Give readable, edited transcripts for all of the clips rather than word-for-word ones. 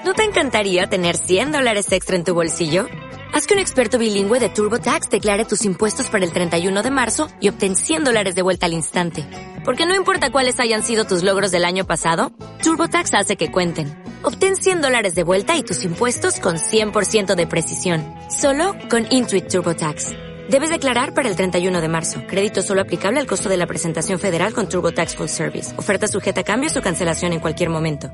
¿No te encantaría tener $100 extra en tu bolsillo? Haz que un experto bilingüe de TurboTax declare tus impuestos para el 31 de marzo y obtén $100 de vuelta al instante. Porque no importa cuáles hayan sido tus logros del año pasado, TurboTax hace que cuenten. Obtén $100 de vuelta y tus impuestos con 100% de precisión. Solo con Intuit TurboTax. Debes declarar para el 31 de marzo. Crédito solo aplicable al costo de la presentación federal con TurboTax Full Service. Oferta sujeta a cambios o cancelación en cualquier momento.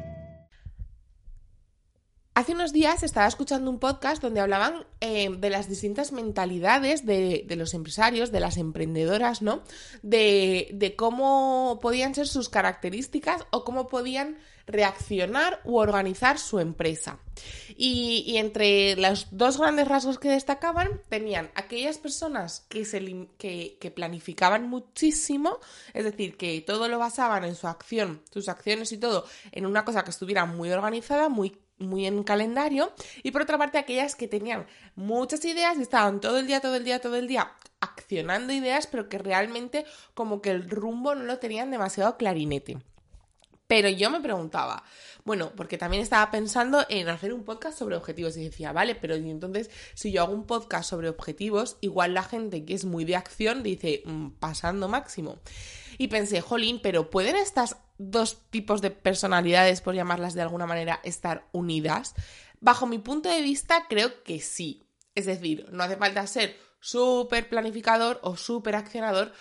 Hace unos días estaba escuchando un podcast donde hablaban de las distintas mentalidades de los empresarios, de las emprendedoras, ¿no? De cómo podían ser sus características o cómo podían reaccionar u organizar su empresa. Y entre los dos grandes rasgos que destacaban, tenían aquellas personas que planificaban muchísimo, es decir, que todo lo basaban en su acción, sus acciones y todo, en una cosa que estuviera muy organizada, muy en calendario, y por otra parte aquellas que tenían muchas ideas y estaban todo el día accionando ideas, pero que realmente como que el rumbo no lo tenían demasiado clarinete. Pero yo me preguntaba, bueno, porque también estaba pensando en hacer un podcast sobre objetivos y decía, vale, pero y entonces si yo hago un podcast sobre objetivos, igual la gente que es muy de acción dice, pasando máximo. Y pensé, jolín, pero ¿pueden estas dos tipos de personalidades, por llamarlas de alguna manera, estar unidas? Bajo mi punto de vista, creo que sí. Es decir, no hace falta ser súper planificador o súper accionador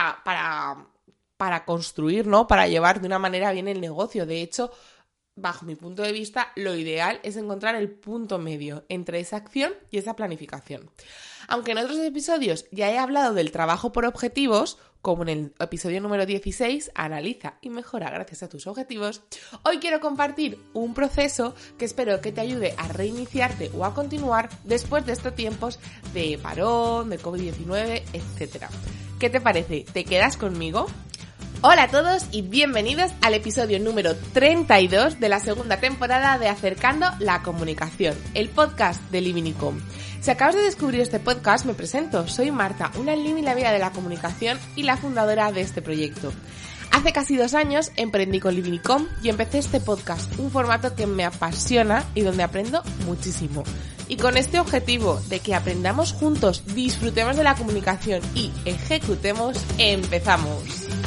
para construir, ¿no? Para llevar de una manera bien el negocio. De hecho, bajo mi punto de vista, lo ideal es encontrar el punto medio entre esa acción y esa planificación. Aunque en otros episodios ya he hablado del trabajo por objetivos, como en el episodio número 16, analiza y mejora gracias a tus objetivos, hoy quiero compartir un proceso que espero que te ayude a reiniciarte o a continuar después de estos tiempos de parón, de COVID-19, etc. ¿Qué te parece? ¿Te quedas conmigo? Hola a todos y bienvenidos al episodio número 32 de la segunda temporada de Acercando la Comunicación, el podcast de Livinicom. Si acabas de descubrir este podcast, me presento. Soy Marta, una Livi en la vida de la comunicación y la fundadora de este proyecto. Hace casi 2 años emprendí con Livinicom y empecé este podcast, un formato que me apasiona y donde aprendo muchísimo. Y con este objetivo de que aprendamos juntos, disfrutemos de la comunicación y ejecutemos, empezamos.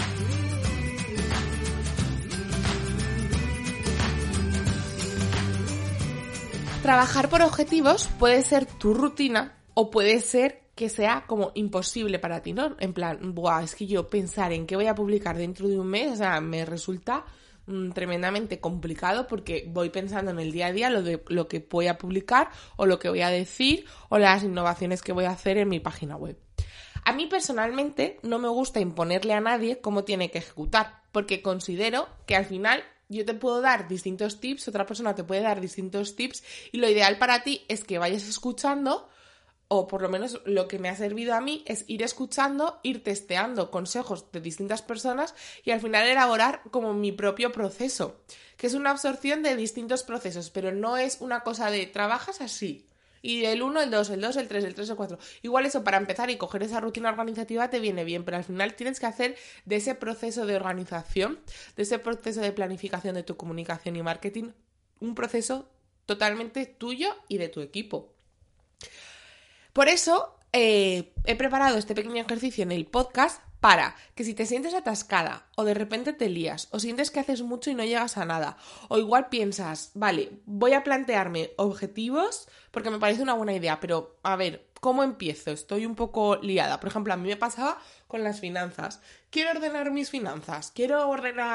Trabajar por objetivos puede ser tu rutina o puede ser que sea como imposible para ti, ¿no? En plan, es que yo pensar en qué voy a publicar dentro de un mes, o sea, me resulta tremendamente complicado porque voy pensando en el día a día lo que voy a publicar o lo que voy a decir o las innovaciones que voy a hacer en mi página web. A mí personalmente no me gusta imponerle a nadie cómo tiene que ejecutar, porque considero que al final yo te puedo dar distintos tips, otra persona te puede dar distintos tips y lo ideal para ti es que vayas escuchando, o por lo menos lo que me ha servido a mí es ir escuchando, ir testeando consejos de distintas personas y al final elaborar como mi propio proceso, que es una absorción de distintos procesos, pero no es una cosa de trabajas así. Y el 1, el 2, el 2, el 3, el 3, el 4. Igual eso para empezar y coger esa rutina organizativa te viene bien, pero al final tienes que hacer de ese proceso de organización, de ese proceso de planificación de tu comunicación y marketing, un proceso totalmente tuyo y de tu equipo. Por eso he preparado este pequeño ejercicio en el podcast para que si te sientes atascada o de repente te lías o sientes que haces mucho y no llegas a nada o igual piensas, vale, voy a plantearme objetivos porque me parece una buena idea, pero a ver, ¿cómo empiezo? Estoy un poco liada. Por ejemplo, a mí me pasaba con las finanzas. Quiero ordenar mis finanzas, quiero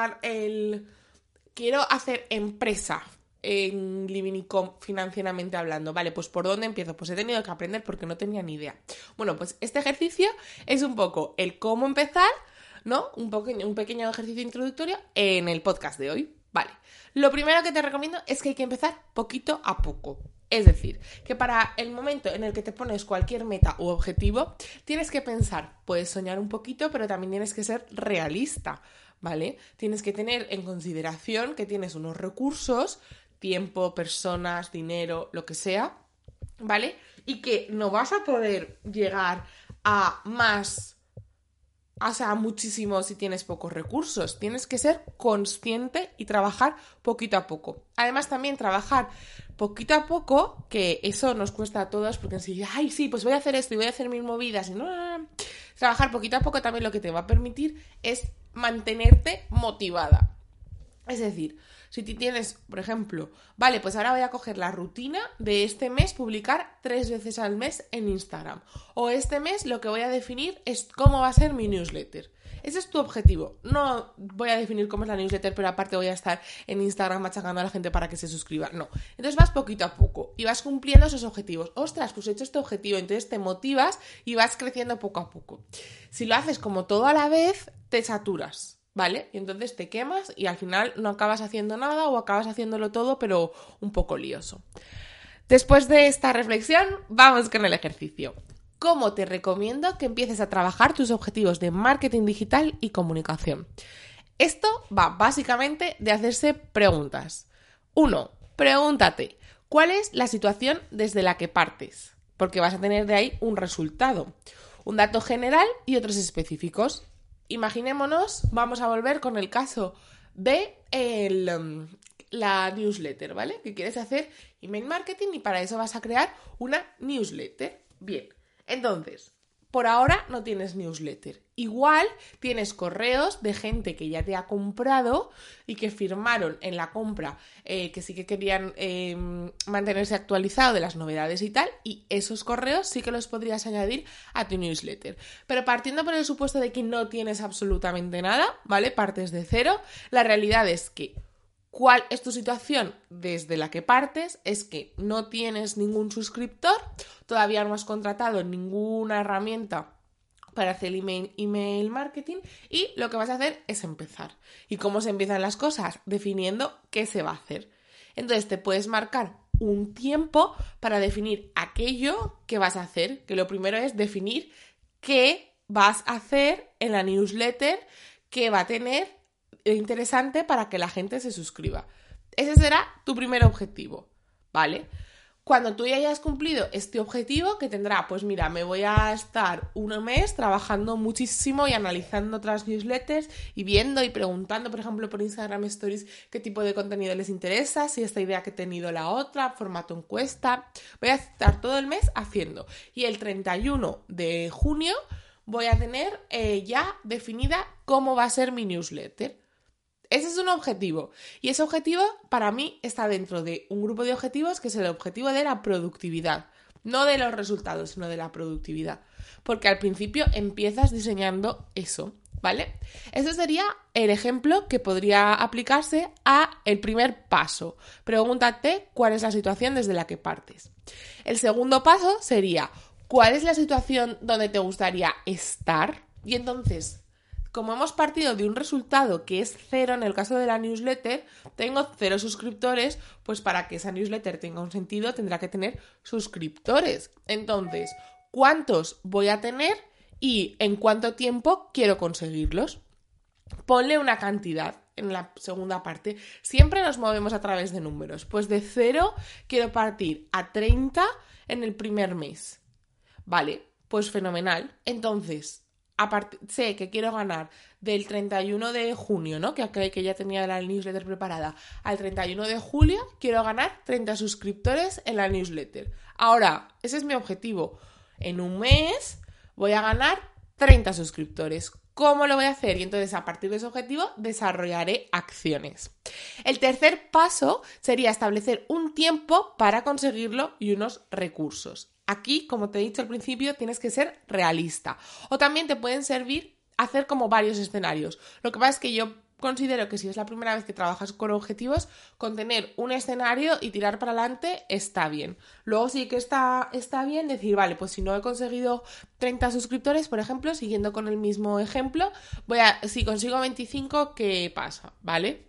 hacer empresa en Livinicom financieramente hablando. Vale, pues ¿por dónde empiezo? Pues he tenido que aprender porque no tenía ni idea. Bueno, pues este ejercicio es un poco el cómo empezar, ¿no? Un pequeño ejercicio introductorio en el podcast de hoy. Vale, lo primero que te recomiendo es que hay que empezar poquito a poco. Es decir, que para el momento en el que te pones cualquier meta u objetivo, tienes que pensar, puedes soñar un poquito, pero también tienes que ser realista, ¿vale? Tienes que tener en consideración que tienes unos recursos, tiempo, personas, dinero, lo que sea, ¿vale? Y que no vas a poder llegar a más o sea, muchísimo si tienes pocos recursos. Tienes que ser consciente y trabajar poquito a poco. Además, también trabajar poquito a poco, que eso nos cuesta a todos, porque si, ay, sí, pues voy a hacer esto y voy a hacer mis movidas. Y no. Trabajar poquito a poco también lo que te va a permitir es mantenerte motivada. Es decir, si tú tienes, por ejemplo, vale, pues ahora voy a coger la rutina de este mes, publicar 3 veces al mes en Instagram. O este mes lo que voy a definir es cómo va a ser mi newsletter. Ese es tu objetivo. No voy a definir cómo es la newsletter, pero aparte voy a estar en Instagram machacando a la gente para que se suscriba. No. Entonces vas poquito a poco y vas cumpliendo esos objetivos. Ostras, pues he hecho este objetivo. Entonces te motivas y vas creciendo poco a poco. Si lo haces como todo a la vez, te saturas. ¿Vale? Y entonces te quemas y al final no acabas haciendo nada o acabas haciéndolo todo, pero un poco lioso. Después de esta reflexión, vamos con el ejercicio. ¿Cómo te recomiendo que empieces a trabajar tus objetivos de marketing digital y comunicación? Esto va básicamente de hacerse preguntas. 1. Pregúntate, ¿cuál es la situación desde la que partes? Porque vas a tener de ahí un resultado, un dato general y otros específicos. Imaginémonos, vamos a volver con el caso de la newsletter, ¿vale? Que quieres hacer email marketing y para eso vas a crear una newsletter. Bien, entonces, por ahora no tienes newsletter. Igual tienes correos de gente que ya te ha comprado y que firmaron en la compra que sí que querían mantenerse actualizado de las novedades y tal, y esos correos sí que los podrías añadir a tu newsletter. Pero partiendo por el supuesto de que no tienes absolutamente nada, ¿vale? Partes de cero, la realidad es que ¿cuál es tu situación desde la que partes? Es que no tienes ningún suscriptor, todavía no has contratado ninguna herramienta para hacer email marketing y lo que vas a hacer es empezar. ¿Y cómo se empiezan las cosas? Definiendo qué se va a hacer. Entonces te puedes marcar un tiempo para definir aquello que vas a hacer, que lo primero es definir qué vas a hacer en la newsletter que va a tener interesante para que la gente se suscriba. Ese será tu primer objetivo, ¿vale? Cuando tú ya hayas cumplido este objetivo, que tendrá, pues mira, me voy a estar un mes trabajando muchísimo y analizando otras newsletters y viendo y preguntando, por ejemplo, por Instagram Stories qué tipo de contenido les interesa, si esta idea que he tenido la otra, formato encuesta. Voy a estar todo el mes haciendo. Y el 31 de junio voy a tener ya definida cómo va a ser mi newsletter. Ese es un objetivo y ese objetivo para mí está dentro de un grupo de objetivos que es el objetivo de la productividad, no de los resultados, sino de la productividad, porque al principio empiezas diseñando eso, ¿vale? Ese sería el ejemplo que podría aplicarse a el primer paso. Pregúntate cuál es la situación desde la que partes. El segundo paso sería cuál es la situación donde te gustaría estar y entonces, como hemos partido de un resultado que es 0 en el caso de la newsletter, tengo 0 suscriptores, pues para que esa newsletter tenga un sentido tendrá que tener suscriptores. Entonces, ¿cuántos voy a tener y en cuánto tiempo quiero conseguirlos? Ponle una cantidad en la segunda parte. Siempre nos movemos a través de números. Pues de 0 quiero partir a 30 en el primer mes. Vale, pues fenomenal. Entonces, sé que quiero ganar del 31 de junio, ¿no? Que ya tenía la newsletter preparada, al 31 de julio quiero ganar 30 suscriptores en la newsletter. Ahora, ese es mi objetivo. En un mes voy a ganar 30 suscriptores. ¿Cómo lo voy a hacer? Y entonces, a partir de ese objetivo, desarrollaré acciones. El tercer paso sería establecer un tiempo para conseguirlo y unos recursos. Aquí, como te he dicho al principio, tienes que ser realista. O también te pueden servir hacer como varios escenarios. Lo que pasa es que yo considero que si es la primera vez que trabajas con objetivos, con tener un escenario y tirar para adelante está bien. Luego sí que está bien decir, vale, pues si no he conseguido 30 suscriptores, por ejemplo, siguiendo con el mismo ejemplo, si consigo 25, ¿qué pasa? ¿Vale?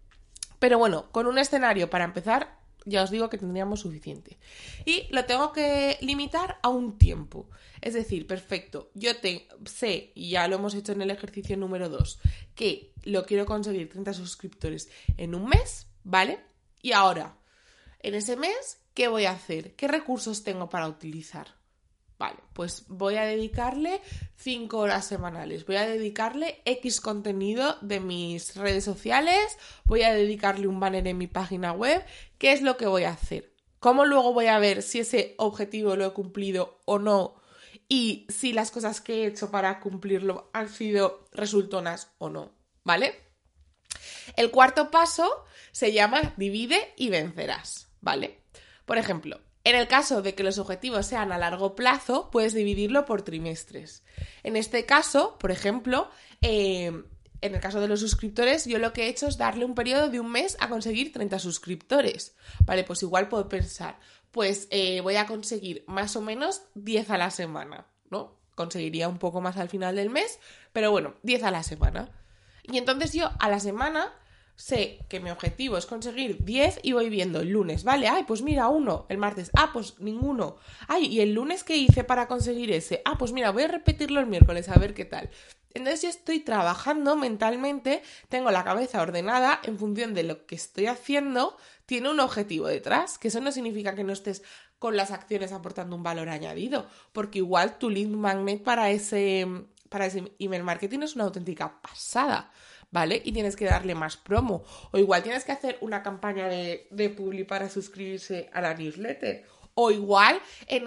Pero bueno, con un escenario para empezar, ya os digo que tendríamos suficiente. Y lo tengo que limitar a un tiempo. Es decir, perfecto, yo sé, y ya lo hemos hecho en el ejercicio número 2, que lo quiero conseguir 30 suscriptores en un mes, ¿vale? Y ahora, en ese mes, ¿qué voy a hacer? ¿Qué recursos tengo para utilizar? Vale, pues voy a dedicarle 5 horas semanales, voy a dedicarle X contenido de mis redes sociales, voy a dedicarle un banner en mi página web. ¿Qué es lo que voy a hacer? ¿Cómo luego voy a ver si ese objetivo lo he cumplido o no? Y si las cosas que he hecho para cumplirlo han sido resultonas o no, ¿vale? El cuarto paso se llama divide y vencerás, ¿vale? Por ejemplo, en el caso de que los objetivos sean a largo plazo, puedes dividirlo por trimestres. En este caso, por ejemplo, en el caso de los suscriptores, yo lo que he hecho es darle un periodo de un mes a conseguir 30 suscriptores. Vale, pues igual puedo pensar, pues voy a conseguir más o menos 10 a la semana, ¿no? Conseguiría un poco más al final del mes, pero bueno, 10 a la semana. Y entonces yo a la semana sé que mi objetivo es conseguir 10 y voy viendo el lunes, ¿vale? Ay, pues mira, 1, el martes, pues ninguno. Ay, ¿y el lunes qué hice para conseguir ese? Pues mira, voy a repetirlo el miércoles a ver qué tal. Entonces yo estoy trabajando mentalmente, tengo la cabeza ordenada en función de lo que estoy haciendo, tiene un objetivo detrás, que eso no significa que no estés con las acciones aportando un valor añadido, porque igual tu lead magnet para ese email marketing es una auténtica pasada, ¿vale? Y tienes que darle más promo. O igual tienes que hacer una campaña de publi para suscribirse a la newsletter. O igual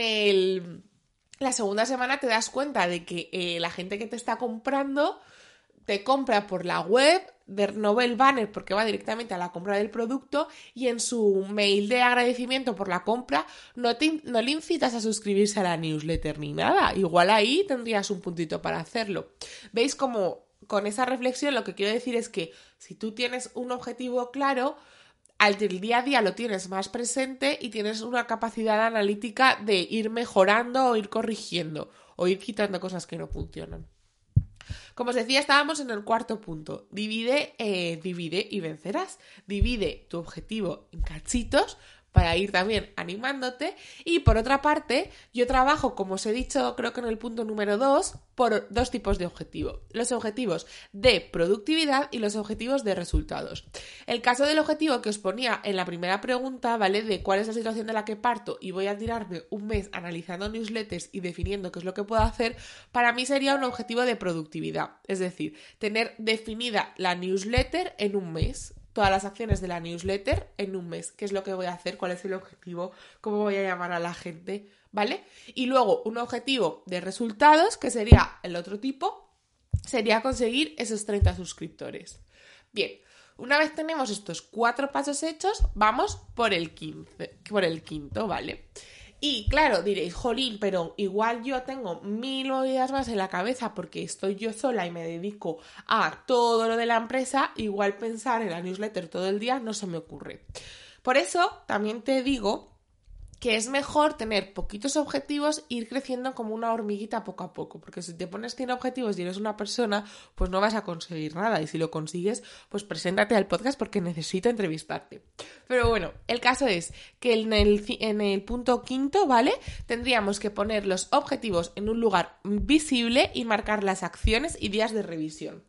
la segunda semana te das cuenta de que la gente que te está comprando te compra por la web, no ve el banner porque va directamente a la compra del producto y en su mail de agradecimiento por la compra no le incitas a suscribirse a la newsletter ni nada. Igual ahí tendrías un puntito para hacerlo. ¿Veis cómo con esa reflexión lo que quiero decir es que si tú tienes un objetivo claro, al día a día lo tienes más presente y tienes una capacidad analítica de ir mejorando o ir corrigiendo o ir quitando cosas que no funcionan? Como os decía, estábamos en el cuarto punto. Divide y vencerás. Divide tu objetivo en cachitos para ir también animándote. Y por otra parte, yo trabajo, como os he dicho, creo que en el punto número 2, por 2 tipos de objetivo. Los objetivos de productividad y los objetivos de resultados. El caso del objetivo que os ponía en la primera pregunta, ¿vale? De cuál es la situación de la que parto y voy a tirarme un mes analizando newsletters y definiendo qué es lo que puedo hacer, para mí sería un objetivo de productividad. Es decir, tener definida la newsletter en un mes. Todas las acciones de la newsletter en un mes. ¿Qué es lo que voy a hacer? ¿Cuál es el objetivo? ¿Cómo voy a llamar a la gente? ¿Vale? Y luego un objetivo de resultados, que sería el otro tipo, sería conseguir esos 30 suscriptores. Bien, una vez tenemos estos 4 pasos hechos, vamos por el quinto, ¿vale? Y claro, diréis, jolín, pero igual yo tengo 1000 movidas más en la cabeza porque estoy yo sola y me dedico a todo lo de la empresa, igual pensar en la newsletter todo el día no se me ocurre. Por eso también te digo que es mejor tener poquitos objetivos e ir creciendo como una hormiguita poco a poco, porque si te pones 100 objetivos y eres una persona, pues no vas a conseguir nada, y si lo consigues, pues preséntate al podcast porque necesito entrevistarte. Pero bueno, el caso es que en el punto quinto, ¿vale? Tendríamos que poner los objetivos en un lugar visible y marcar las acciones y días de revisión.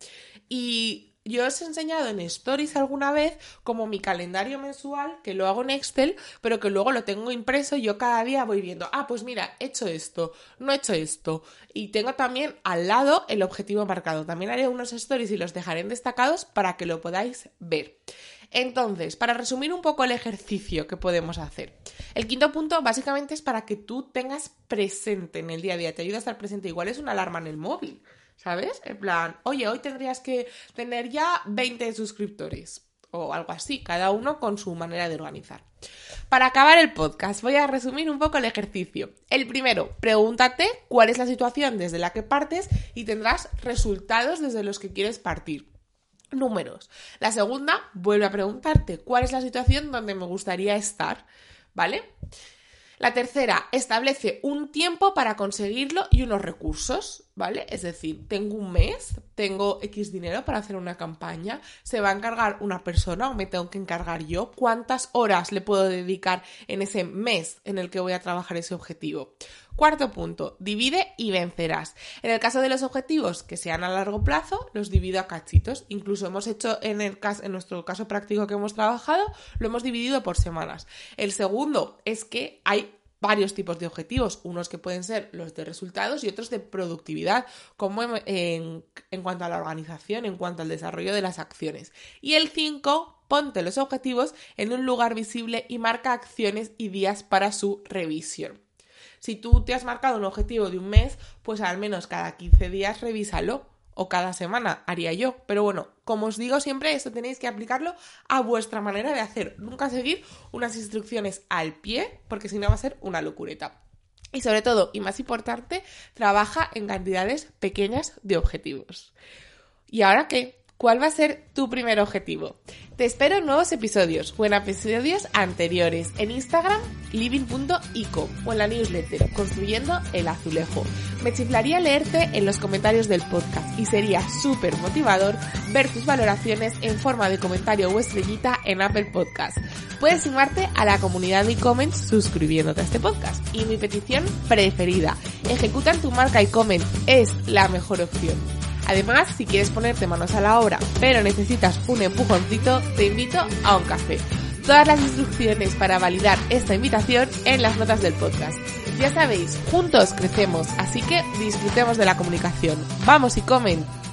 Y yo os he enseñado en Stories alguna vez como mi calendario mensual, que lo hago en Excel, pero que luego lo tengo impreso y yo cada día voy viendo, pues mira, he hecho esto, no he hecho esto. Y tengo también al lado el objetivo marcado. También haré unos Stories y los dejaré destacados para que lo podáis ver. Entonces, para resumir un poco el ejercicio que podemos hacer, el quinto punto básicamente es para que tú tengas presente en el día a día, te ayuda a estar presente. Igual es una alarma en el móvil, ¿sabes? En plan, oye, hoy tendrías que tener ya 20 suscriptores o algo así, cada uno con su manera de organizar. Para acabar el podcast, voy a resumir un poco el ejercicio. El primero, pregúntate cuál es la situación desde la que partes y tendrás resultados desde los que quieres partir. Números. La segunda, vuelve a preguntarte cuál es la situación donde me gustaría estar, ¿vale? La tercera, establece un tiempo para conseguirlo y unos recursos, ¿vale? Es decir, tengo un mes, tengo X dinero para hacer una campaña, se va a encargar una persona o me tengo que encargar yo, ¿cuántas horas le puedo dedicar en ese mes en el que voy a trabajar ese objetivo? Cuarto punto, divide y vencerás. En el caso de los objetivos que sean a largo plazo, los divido a cachitos. Incluso hemos hecho en nuestro caso práctico que hemos trabajado, lo hemos dividido por semanas. El segundo es que hay varios tipos de objetivos, unos que pueden ser los de resultados y otros de productividad, como en cuanto a la organización, en cuanto al desarrollo de las acciones. Y el 5, ponte los objetivos en un lugar visible y marca acciones y días para su revisión. Si tú te has marcado un objetivo de un mes, pues al menos cada 15 días revísalo. O cada semana, haría yo. Pero bueno, como os digo siempre, esto tenéis que aplicarlo a vuestra manera de hacer. Nunca seguir unas instrucciones al pie, porque si no va a ser una locureta. Y sobre todo, y más importante, trabaja en cantidades pequeñas de objetivos. ¿Y ahora qué? ¿Cuál va a ser tu primer objetivo? Te espero en nuevos episodios o en episodios anteriores en Instagram living.ico o en la newsletter Construyendo el Azulejo. Me chiflaría leerte en los comentarios del podcast y sería súper motivador ver tus valoraciones en forma de comentario o estrellita en Apple Podcast. Puedes sumarte a la comunidad de e-commerce suscribiéndote a este podcast. Y mi petición preferida, ejecuta en tu marca e-commerce, es la mejor opción. Además, si quieres ponerte manos a la obra, pero necesitas un empujoncito, te invito a un café. Todas las instrucciones para validar esta invitación en las notas del podcast. Ya sabéis, juntos crecemos, así que disfrutemos de la comunicación. ¡Vamos y comen!